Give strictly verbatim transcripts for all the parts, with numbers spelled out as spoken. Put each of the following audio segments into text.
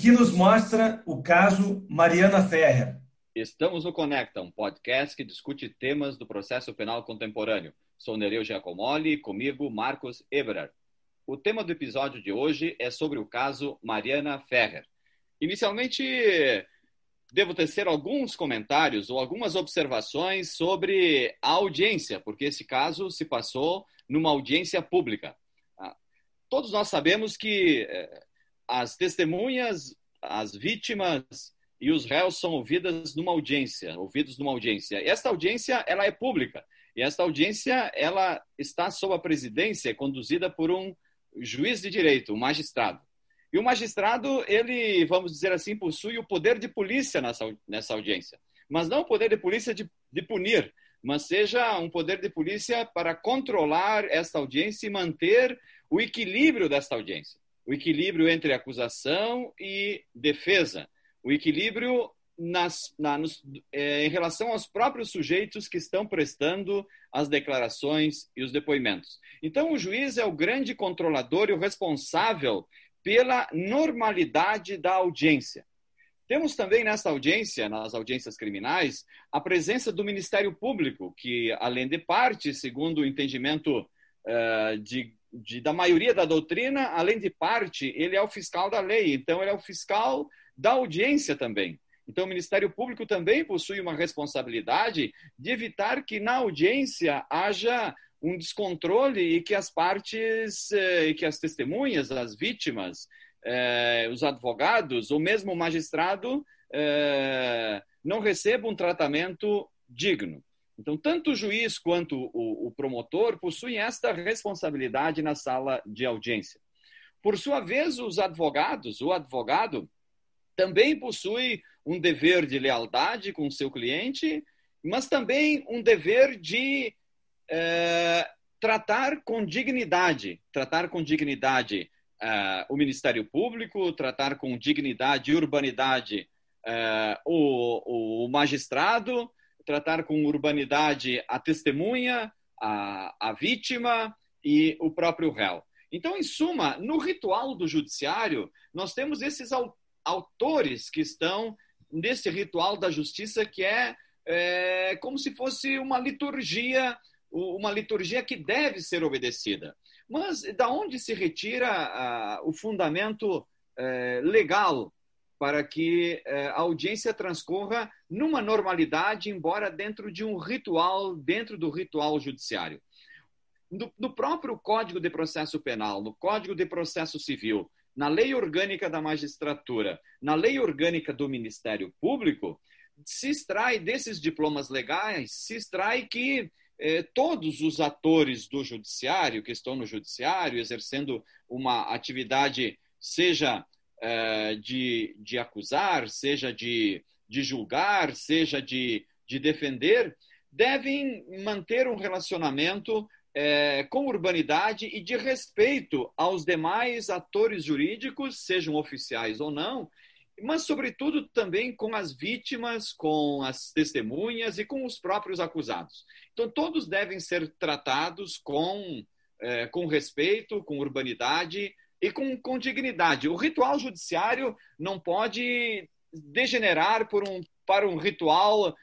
que nos mostra o caso Mariana Ferrer? Estamos no Conecta, um podcast que discute temas do processo penal contemporâneo. Sou Nereu Giacomoli e comigo Marcos Eberhard. O tema do episódio de hoje é sobre o caso Mariana Ferrer. Inicialmente, devo tecer alguns comentários ou algumas observações sobre a audiência, porque esse caso se passou numa audiência pública. Todos nós sabemos que as testemunhas, as vítimas e os réus são ouvidas numa audiência, ouvidos numa audiência. E esta audiência, ela é pública. E esta audiência, ela está sob a presidência, conduzida por um juiz de direito, um magistrado. E o magistrado, ele, vamos dizer assim, possui o poder de polícia nessa, nessa audiência. Mas não o poder de polícia de, de punir, mas seja um poder de polícia para controlar esta audiência e manter o equilíbrio desta audiência. O equilíbrio entre acusação e defesa. O equilíbrio nas, na, nos, é, em relação aos próprios sujeitos que estão prestando as declarações e os depoimentos. Então, o juiz é o grande controlador e o responsável pela normalidade da audiência. Temos também nesta audiência, nas audiências criminais, a presença do Ministério Público, que, além de parte, segundo o entendimento uh, de, de, da maioria da doutrina, além de parte, ele é o fiscal da lei. Então, ele é o fiscal da audiência também. Então, o Ministério Público também possui uma responsabilidade de evitar que na audiência haja um descontrole e que as partes, e que as testemunhas, as vítimas, eh, os advogados, ou mesmo o magistrado, eh, não recebam um tratamento digno. Então, tanto o juiz quanto o, o promotor possuem esta responsabilidade na sala de audiência. Por sua vez, os advogados, o advogado, também possui um dever de lealdade com o seu cliente, mas também um dever de é, tratar com dignidade, tratar com dignidade é, o Ministério Público, tratar com dignidade e urbanidade é, o, o magistrado, tratar com urbanidade a testemunha, a, a vítima e o próprio réu. Então, em suma, no ritual do judiciário, nós temos esses autores que estão nesse ritual da justiça que é, é como se fosse uma liturgia, uma liturgia que deve ser obedecida. Mas da onde se retira ah, o fundamento eh, legal para que eh, a audiência transcorra numa normalidade, embora dentro de um ritual, dentro do ritual judiciário? No, no próprio Código de Processo Penal, no Código de Processo Civil, na Lei Orgânica da Magistratura, na Lei Orgânica do Ministério Público, se extrai desses diplomas legais, se extrai que eh, todos os atores do judiciário, que estão no judiciário, exercendo uma atividade, seja eh, de, de acusar, seja de, de julgar, seja de, de defender, devem manter um relacionamento É, com urbanidade e de respeito aos demais atores jurídicos, sejam oficiais ou não, mas, sobretudo, também com as vítimas, com as testemunhas e com os próprios acusados. Então, todos devem ser tratados com, é, com respeito, com urbanidade e com, com dignidade. O ritual judiciário não pode degenerar por um, para um ritual,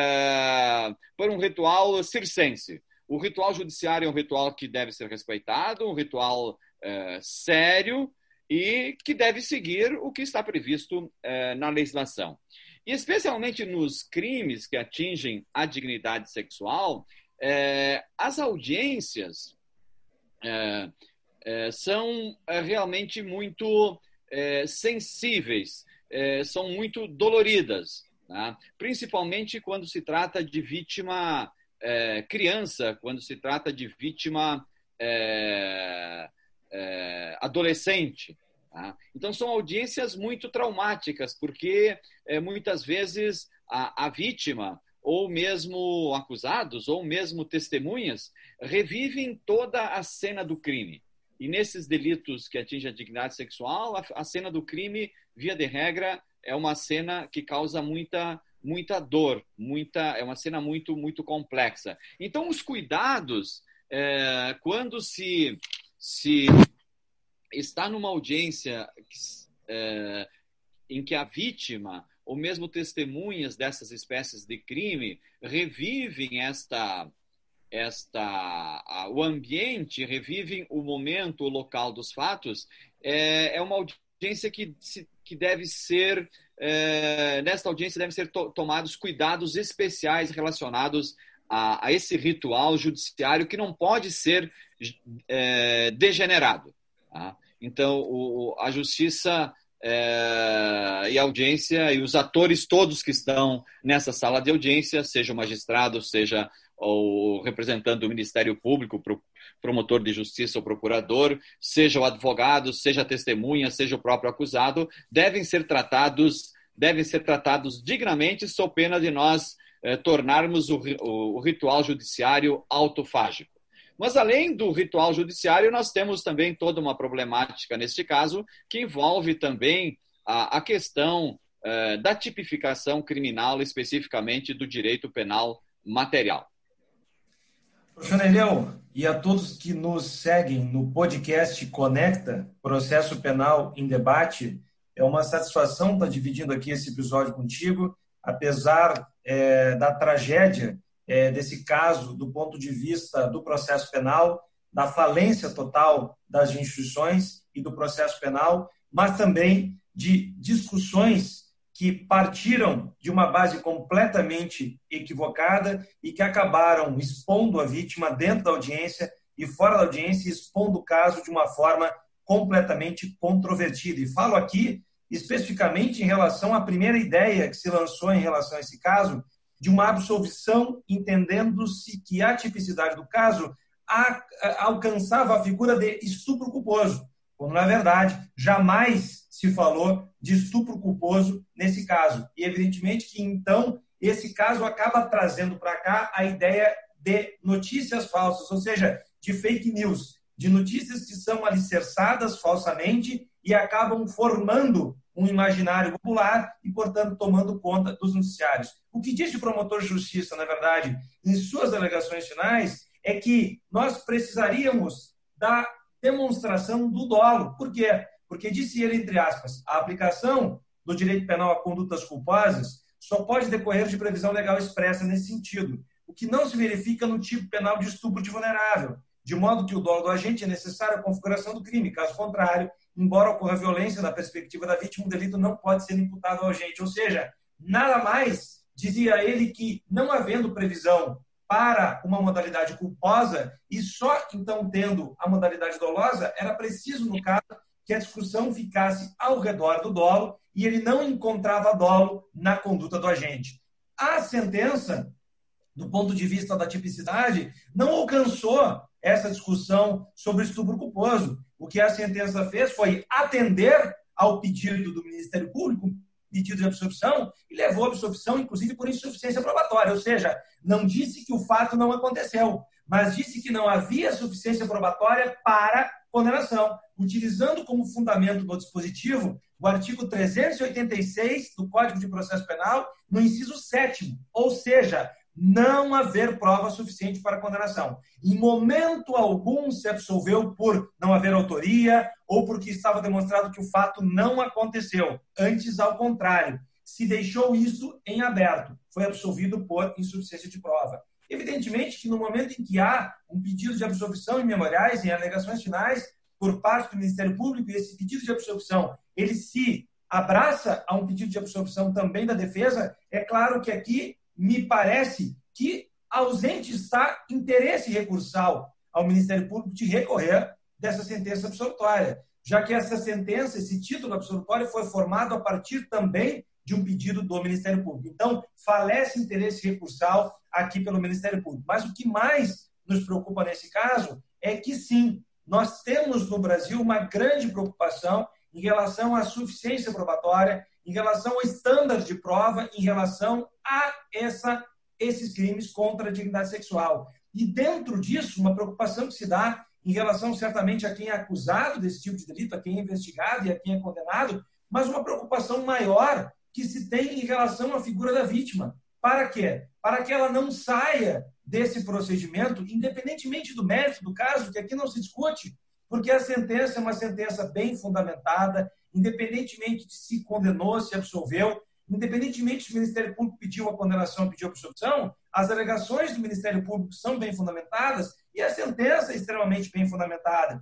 é, para um ritual circense. O ritual judiciário é um ritual que deve ser respeitado, um ritual é, sério e que deve seguir o que está previsto é, na legislação. E especialmente nos crimes que atingem a dignidade sexual, é, as audiências é, é, são é, realmente muito é, sensíveis, é, são muito doloridas, né? Principalmente quando se trata de vítima É, criança, quando se trata de vítima é, é, adolescente. Tá? Então, são audiências muito traumáticas, porque é, muitas vezes a, a vítima, ou mesmo acusados, ou mesmo testemunhas, revivem toda a cena do crime. E nesses delitos que atingem a dignidade sexual, a, a cena do crime, via de regra, é uma cena que causa muita muita dor, muita, é uma cena muito, muito complexa. Então, os cuidados, é, quando se, se está numa audiência é, em que a vítima ou mesmo testemunhas dessas espécies de crime revivem esta, esta, a, o ambiente, revivem o momento, o local dos fatos, é, é uma audiência que, que deve ser, é, nesta audiência devem ser to, tomados cuidados especiais relacionados a, a esse ritual judiciário que não pode ser é, degenerado. Tá? Então, o, a justiça é, e a audiência e os atores todos que estão nessa sala de audiência, seja o magistrado, seja o representante do Ministério Público, promotor de justiça ou procurador, seja o advogado, seja a testemunha, seja o próprio acusado, devem ser tratados, devem ser tratados dignamente, sob pena de nós eh, tornarmos o, o, o ritual judiciário autofágico. Mas, além do ritual judiciário, nós temos também toda uma problemática, neste caso, que envolve também a, a questão eh, da tipificação criminal, especificamente do direito penal material. Professor Nereu, e a todos que nos seguem no podcast Conecta, Processo Penal em Debate, é uma satisfação estar dividindo aqui esse episódio contigo, apesar é, da tragédia é, desse caso do ponto de vista do processo penal, da falência total das instituições e do processo penal, mas também de discussões que partiram de uma base completamente equivocada e que acabaram expondo a vítima dentro da audiência e fora da audiência, expondo o caso de uma forma completamente controvertida. E falo aqui especificamente em relação à primeira ideia que se lançou em relação a esse caso, de uma absolvição, entendendo-se que a tipicidade do caso a, a, alcançava a figura de estupro culposo, quando, na verdade, jamais se falou de estupro culposo nesse caso. E, evidentemente, que, então, esse caso acaba trazendo para cá a ideia de notícias falsas, ou seja, de fake news, de notícias que são alicerçadas falsamente e acabam formando um imaginário popular e, portanto, tomando conta dos noticiários. O que disse o promotor de justiça, na verdade, em suas alegações finais, é que nós precisaríamos da demonstração do dolo. Por quê? Porque, disse ele, entre aspas, a aplicação do direito penal a condutas culposas só pode decorrer de previsão legal expressa nesse sentido, o que não se verifica no tipo penal de estupro de vulnerável, de modo que o dolo do agente é necessário à configuração do crime. Caso contrário, embora ocorra violência da perspectiva da vítima, o delito não pode ser imputado ao agente. Ou seja, nada mais, dizia ele, que não havendo previsão para uma modalidade culposa e só então tendo a modalidade dolosa, era preciso, no caso, que a discussão ficasse ao redor do dolo e ele não encontrava dolo na conduta do agente. A sentença, do ponto de vista da tipicidade, não alcançou essa discussão sobre o estupro culposo. O que a sentença fez foi atender ao pedido do Ministério Público, pedido de absolvição, e levou a absolvição, inclusive, por insuficiência probatória. Ou seja, não disse que o fato não aconteceu, mas disse que não havia suficiência probatória para condenação, utilizando como fundamento do dispositivo o artigo trezentos e oitenta e seis do Código de Processo Penal, no inciso sétimo, ou seja, não haver prova suficiente para condenação. Em momento algum se absolveu por não haver autoria ou porque estava demonstrado que o fato não aconteceu. Antes, ao contrário, se deixou isso em aberto. Foi absolvido por insuficiência de prova. Evidentemente que no momento em que há um pedido de absolvição em memoriais, em alegações finais, por parte do Ministério Público, e esse pedido de absolvição, ele se abraça a um pedido de absolvição também da defesa, é claro que aqui me parece que ausente está interesse recursal ao Ministério Público de recorrer dessa sentença absolutória, já que essa sentença, esse título absolutório foi formado a partir também de um pedido do Ministério Público. Então, falece interesse recursal aqui pelo Ministério Público. Mas o que mais nos preocupa nesse caso é que, sim, nós temos no Brasil uma grande preocupação em relação à suficiência probatória, em relação ao estándar de prova, em relação a essa, esses crimes contra a dignidade sexual. E dentro disso, uma preocupação que se dá em relação, certamente, a quem é acusado desse tipo de delito, a quem é investigado e a quem é condenado, mas uma preocupação maior que se tem em relação à figura da vítima. Para quê? Para que ela não saia desse procedimento, independentemente do mérito do caso, que aqui não se discute, porque a sentença é uma sentença bem fundamentada, independentemente de se condenou, se absolveu, independentemente se o Ministério Público pediu a condenação ou pediu a absolvição, as alegações do Ministério Público são bem fundamentadas e a sentença é extremamente bem fundamentada.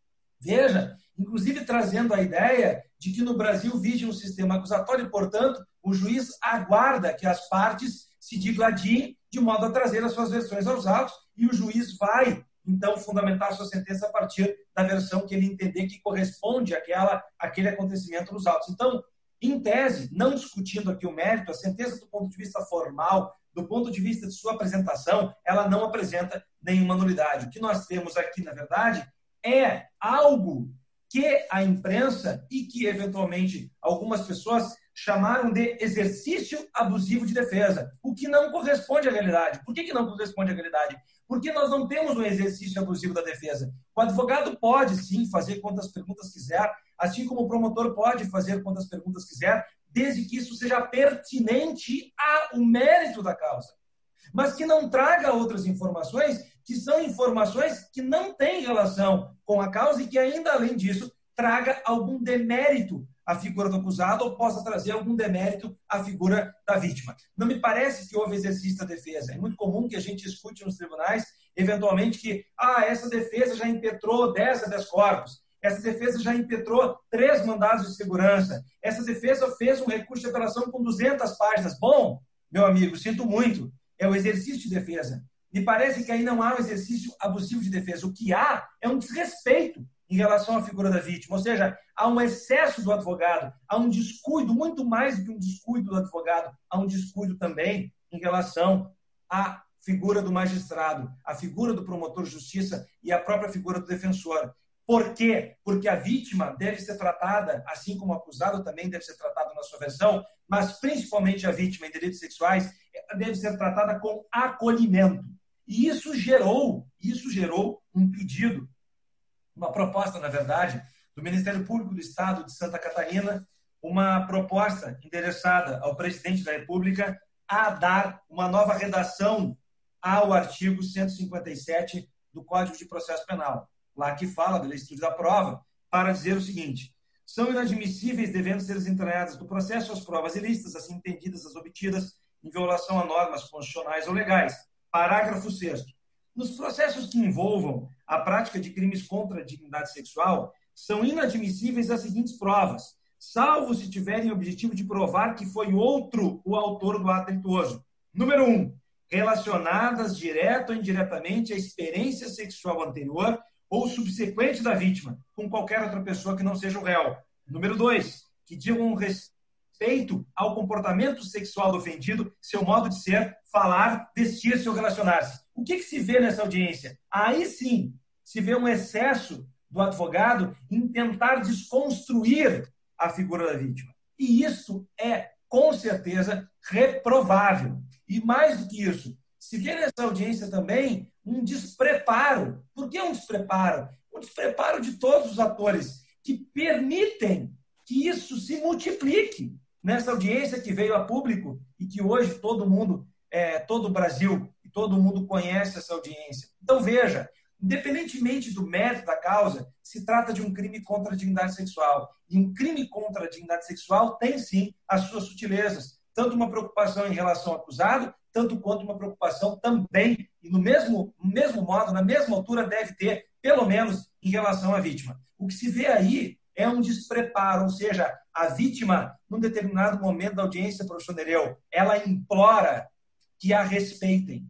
Veja, inclusive trazendo a ideia de que no Brasil vige um sistema acusatório e, portanto, o juiz aguarda que as partes se digladiem de modo a trazer as suas versões aos autos e o juiz vai, então, fundamentar a sua sentença a partir da versão que ele entender que corresponde àquela, àquele acontecimento nos autos. Então, em tese, não discutindo aqui o mérito, a sentença do ponto de vista formal, do ponto de vista de sua apresentação, ela não apresenta nenhuma nulidade. O que nós temos aqui, na verdade, é algo que a imprensa e que, eventualmente, algumas pessoas chamaram de exercício abusivo de defesa, o que não corresponde à realidade. Por que, que não corresponde à realidade? Porque nós não temos um exercício abusivo da defesa. O advogado pode, sim, fazer quantas perguntas quiser, assim como o promotor pode fazer quantas perguntas quiser, desde que isso seja pertinente ao mérito da causa. Mas que não traga outras informações, que são informações que não têm relação com a causa e que, ainda além disso, traga algum demérito à figura do acusado ou possa trazer algum demérito à figura da vítima. Não me parece que houve exercício da defesa. É muito comum que a gente escute nos tribunais, eventualmente, que ah, essa defesa já impetrou dez habeas corpus, essa defesa já impetrou três mandados de segurança, essa defesa fez um recurso de apelação com duzentas páginas. Bom, meu amigo, sinto muito, é o exercício de defesa. Me parece que aí não há um exercício abusivo de defesa. O que há é um desrespeito em relação à figura da vítima. Ou seja, há um excesso do advogado, há um descuido, muito mais do que um descuido do advogado, há um descuido também em relação à figura do magistrado, à figura do promotor de justiça e à própria figura do defensor. Por quê? Porque a vítima deve ser tratada, assim como o acusado também deve ser tratado na sua versão, mas principalmente a vítima em delitos sexuais deve ser tratada com acolhimento. E isso gerou, isso gerou um pedido, uma proposta, na verdade, do Ministério Público do Estado de Santa Catarina, uma proposta endereçada ao presidente da República a dar uma nova redação ao artigo cento e cinquenta e sete do Código de Processo Penal, lá que fala da licitude da prova, para dizer o seguinte: são inadmissíveis, devendo ser entranhadas do processo as provas ilícitas, assim entendidas as obtidas em violação a normas constitucionais ou legais. Parágrafo sexto. Nos processos que envolvam a prática de crimes contra a dignidade sexual, são inadmissíveis as seguintes provas, salvo se tiverem objetivo de provar que foi outro o autor do ato delituoso. Número um, relacionadas direta ou indiretamente à experiência sexual anterior ou subsequente da vítima, com qualquer outra pessoa que não seja o réu. Número dois, que digam respeito ao comportamento sexual do ofendido, seu modo de ser, falar, vestir-se ou relacionar-se. O que, que se vê nessa audiência? Aí sim, se vê um excesso do advogado em tentar desconstruir a figura da vítima. E isso é, com certeza, reprovável. E mais do que isso, se vê nessa audiência também um despreparo. Por que um despreparo? Um despreparo de todos os atores que permitem que isso se multiplique nessa audiência que veio a público e que hoje todo mundo, é, todo o Brasil e todo mundo conhece essa audiência. Então, veja, independentemente do mérito da causa, se trata de um crime contra a dignidade sexual. E um crime contra a dignidade sexual tem, sim, as suas sutilezas. Tanto uma preocupação em relação ao acusado, tanto quanto uma preocupação também, e no mesmo, no mesmo modo, na mesma altura, deve ter, pelo menos, em relação à vítima. O que se vê aí é um despreparo, ou seja, a vítima, num determinado momento da audiência, professor Nereu, ela implora que a respeitem.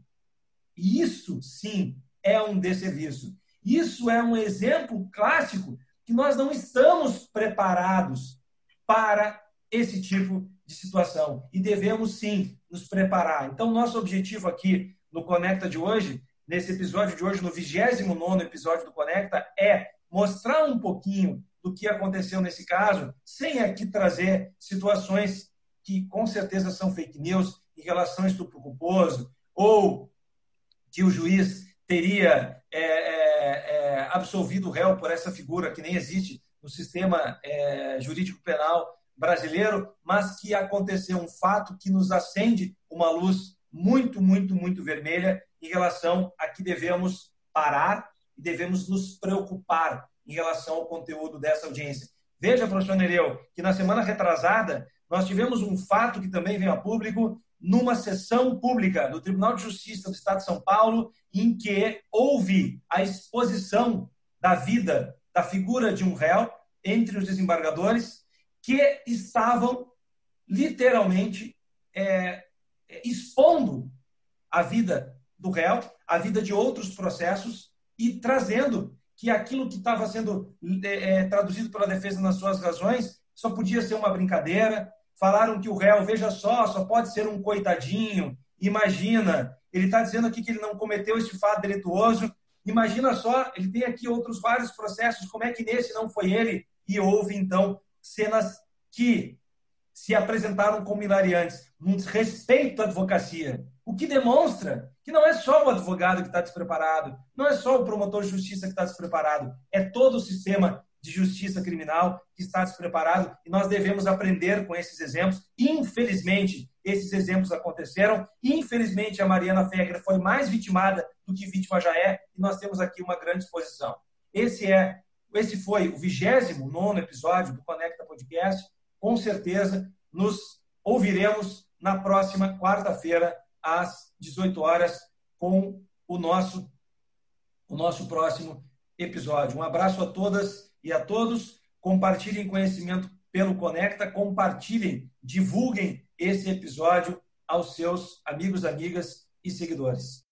E isso, sim, é um desserviço. Isso é um exemplo clássico que nós não estamos preparados para esse tipo de situação. E devemos, sim, nos preparar. Então, nosso objetivo aqui no Conecta de hoje, nesse episódio de hoje, no vigésimo nono episódio do Conecta, é mostrar um pouquinho do que aconteceu nesse caso, sem aqui trazer situações que, com certeza, são fake news em relação a estupro culposo, ou que o juiz teria é, é, é, absolvido o réu por essa figura que nem existe no sistema é, jurídico penal brasileiro, mas que aconteceu um fato que nos acende uma luz muito, muito, muito vermelha em relação a que devemos parar e devemos nos preocupar em relação ao conteúdo dessa audiência. Veja, professor Nereu, que na semana retrasada nós tivemos um fato que também veio a público numa sessão pública do Tribunal de Justiça do Estado de São Paulo, em que houve a exposição da vida, da figura de um réu entre os desembargadores que estavam literalmente é, expondo a vida do réu, a vida de outros processos e trazendo que aquilo que estava sendo é, traduzido pela defesa nas suas razões só podia ser uma brincadeira. Falaram que o réu, veja só, só pode ser um coitadinho. Imagina, ele está dizendo aqui que ele não cometeu este fato delituoso. Imagina só, ele tem aqui outros vários processos, como é que nesse não foi ele? E houve, então, cenas que se apresentaram como hilariantes, um desrespeito à advocacia, o que demonstra que não é só o advogado que está despreparado, não é só o promotor de justiça que está despreparado, é todo o sistema de justiça criminal que está despreparado e nós devemos aprender com esses exemplos. Infelizmente, esses exemplos aconteceram. Infelizmente, a Mariana Fegger foi mais vitimada do que vítima já é e nós temos aqui uma grande exposição. Esse, é, esse foi o vigésimo nono episódio do Conecta Podcast. Com certeza, nos ouviremos na próxima quarta-feira, às dezoito horas, com o nosso, o nosso próximo episódio. Um abraço a todas e a todos. Compartilhem conhecimento pelo Conecta, compartilhem, divulguem esse episódio aos seus amigos, amigas e seguidores.